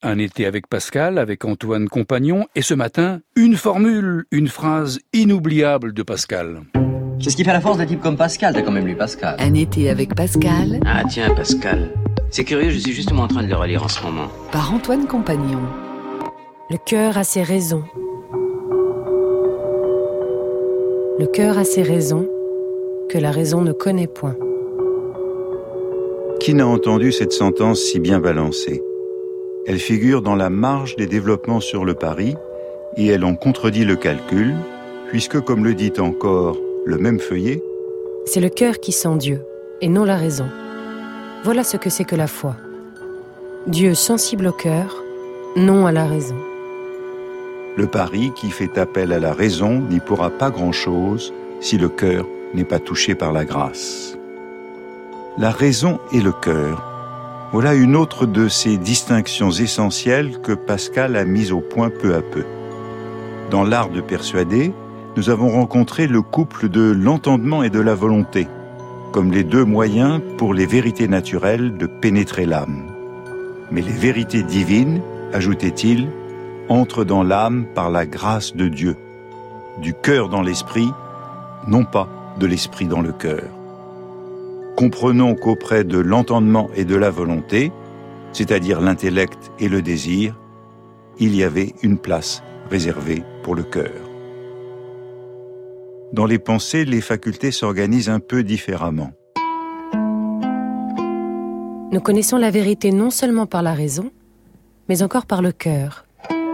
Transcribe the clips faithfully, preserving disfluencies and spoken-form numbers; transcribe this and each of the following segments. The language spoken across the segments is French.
Un été avec Pascal, avec Antoine Compagnon, et ce matin, une formule, une phrase inoubliable de Pascal. C'est ce qui fait la force de types comme Pascal, t'as quand même lu Pascal. Un été avec Pascal. Ah tiens, Pascal. C'est curieux, je suis justement en train de le relire en ce moment. Par Antoine Compagnon. Le cœur a ses raisons. Le cœur a ses raisons que la raison ne connaît point. Qui n'a entendu cette sentence si bien balancée ? Elle figure dans la marge des développements sur le pari et elle en contredit le calcul, puisque, comme le dit encore le même feuillet, c'est le cœur qui sent Dieu et non la raison. Voilà ce que c'est que la foi. Dieu sensible au cœur, non à la raison. Le pari qui fait appel à la raison n'y pourra pas grand-chose si le cœur n'est pas touché par la grâce. La raison et le cœur, voilà une autre de ces distinctions essentielles que Pascal a mises au point peu à peu. Dans l'art de persuader, nous avons rencontré le couple de l'entendement et de la volonté, comme les deux moyens pour les vérités naturelles de pénétrer l'âme. Mais les vérités divines, ajoutait-il, entrent dans l'âme par la grâce de Dieu, du cœur dans l'esprit, non pas de l'esprit dans le cœur. Comprenons qu'auprès de l'entendement et de la volonté, c'est-à-dire l'intellect et le désir, il y avait une place réservée pour le cœur. Dans les pensées, les facultés s'organisent un peu différemment. Nous connaissons la vérité non seulement par la raison, mais encore par le cœur.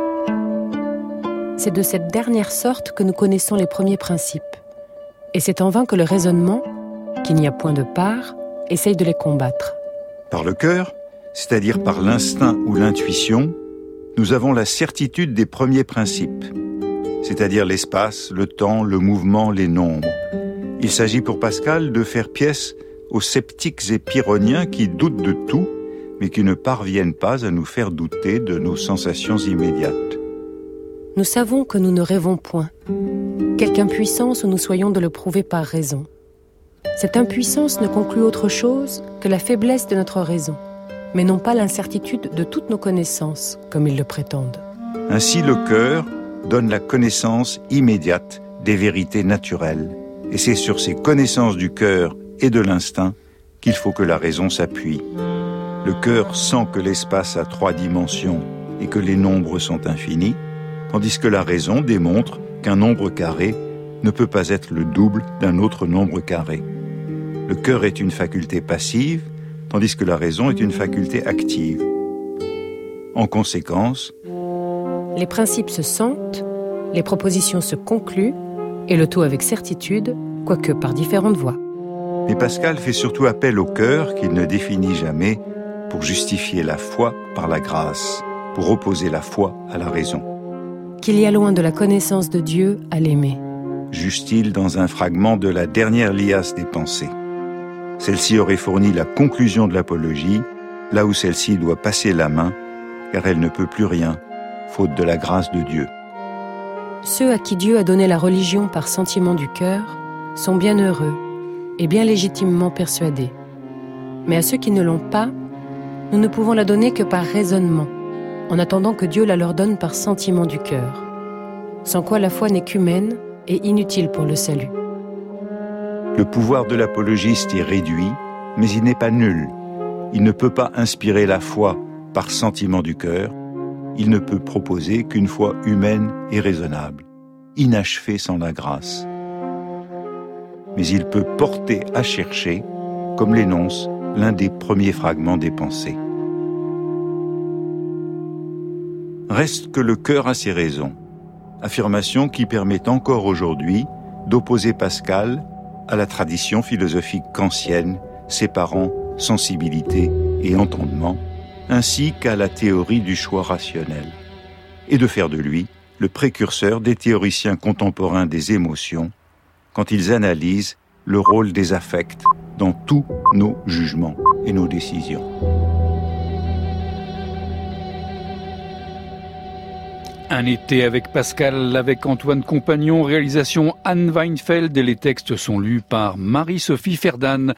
C'est de cette dernière sorte que nous connaissons les premiers principes. Et c'est en vain que le raisonnement, qu'il n'y a point de part, essaye de les combattre. Par le cœur, c'est-à-dire par l'instinct ou l'intuition, nous avons la certitude des premiers principes, c'est-à-dire l'espace, le temps, le mouvement, les nombres. Il s'agit pour Pascal de faire pièce aux sceptiques et pyrrhoniens qui doutent de tout, mais qui ne parviennent pas à nous faire douter de nos sensations immédiates. Nous savons que nous ne rêvons point, quelque impuissance où nous soyons de le prouver par raison. Cette impuissance ne conclut autre chose que la faiblesse de notre raison, mais non pas l'incertitude de toutes nos connaissances, comme ils le prétendent. Ainsi, le cœur donne la connaissance immédiate des vérités naturelles. Et c'est sur ces connaissances du cœur et de l'instinct qu'il faut que la raison s'appuie. Le cœur sent que l'espace a trois dimensions et que les nombres sont infinis, tandis que la raison démontre qu'un nombre carré ne peut pas être le double d'un autre nombre carré. Le cœur est une faculté passive, tandis que la raison est une faculté active. En conséquence, les principes se sentent, les propositions se concluent, et le tout avec certitude, quoique par différentes voies. Mais Pascal fait surtout appel au cœur qu'il ne définit jamais pour justifier la foi par la grâce, pour opposer la foi à la raison. Qu'il y a loin de la connaissance de Dieu à l'aimer. Juge-t-il dans un fragment de la dernière liasse des pensées. Celle-ci aurait fourni la conclusion de l'apologie, là où celle-ci doit passer la main, car elle ne peut plus rien, faute de la grâce de Dieu. Ceux à qui Dieu a donné la religion par sentiment du cœur sont bien heureux et bien légitimement persuadés. Mais à ceux qui ne l'ont pas, nous ne pouvons la donner que par raisonnement, en attendant que Dieu la leur donne par sentiment du cœur, sans quoi la foi n'est qu'humaine et inutile pour le salut. Le pouvoir de l'apologiste est réduit, mais il n'est pas nul. Il ne peut pas inspirer la foi par sentiment du cœur. Il ne peut proposer qu'une foi humaine et raisonnable, inachevée sans la grâce. Mais il peut porter à chercher, comme l'énonce l'un des premiers fragments des pensées. Reste que le cœur a ses raisons, affirmation qui permet encore aujourd'hui d'opposer Pascal à la tradition philosophique kantienne séparant sensibilité et entendement, ainsi qu'à la théorie du choix rationnel, et de faire de lui le précurseur des théoriciens contemporains des émotions quand ils analysent le rôle des affects dans tous nos jugements et nos décisions. Un été avec Pascal, avec Antoine Compagnon, réalisation Anne Weinfeld et les textes sont lus par Marie-Sophie Ferdan.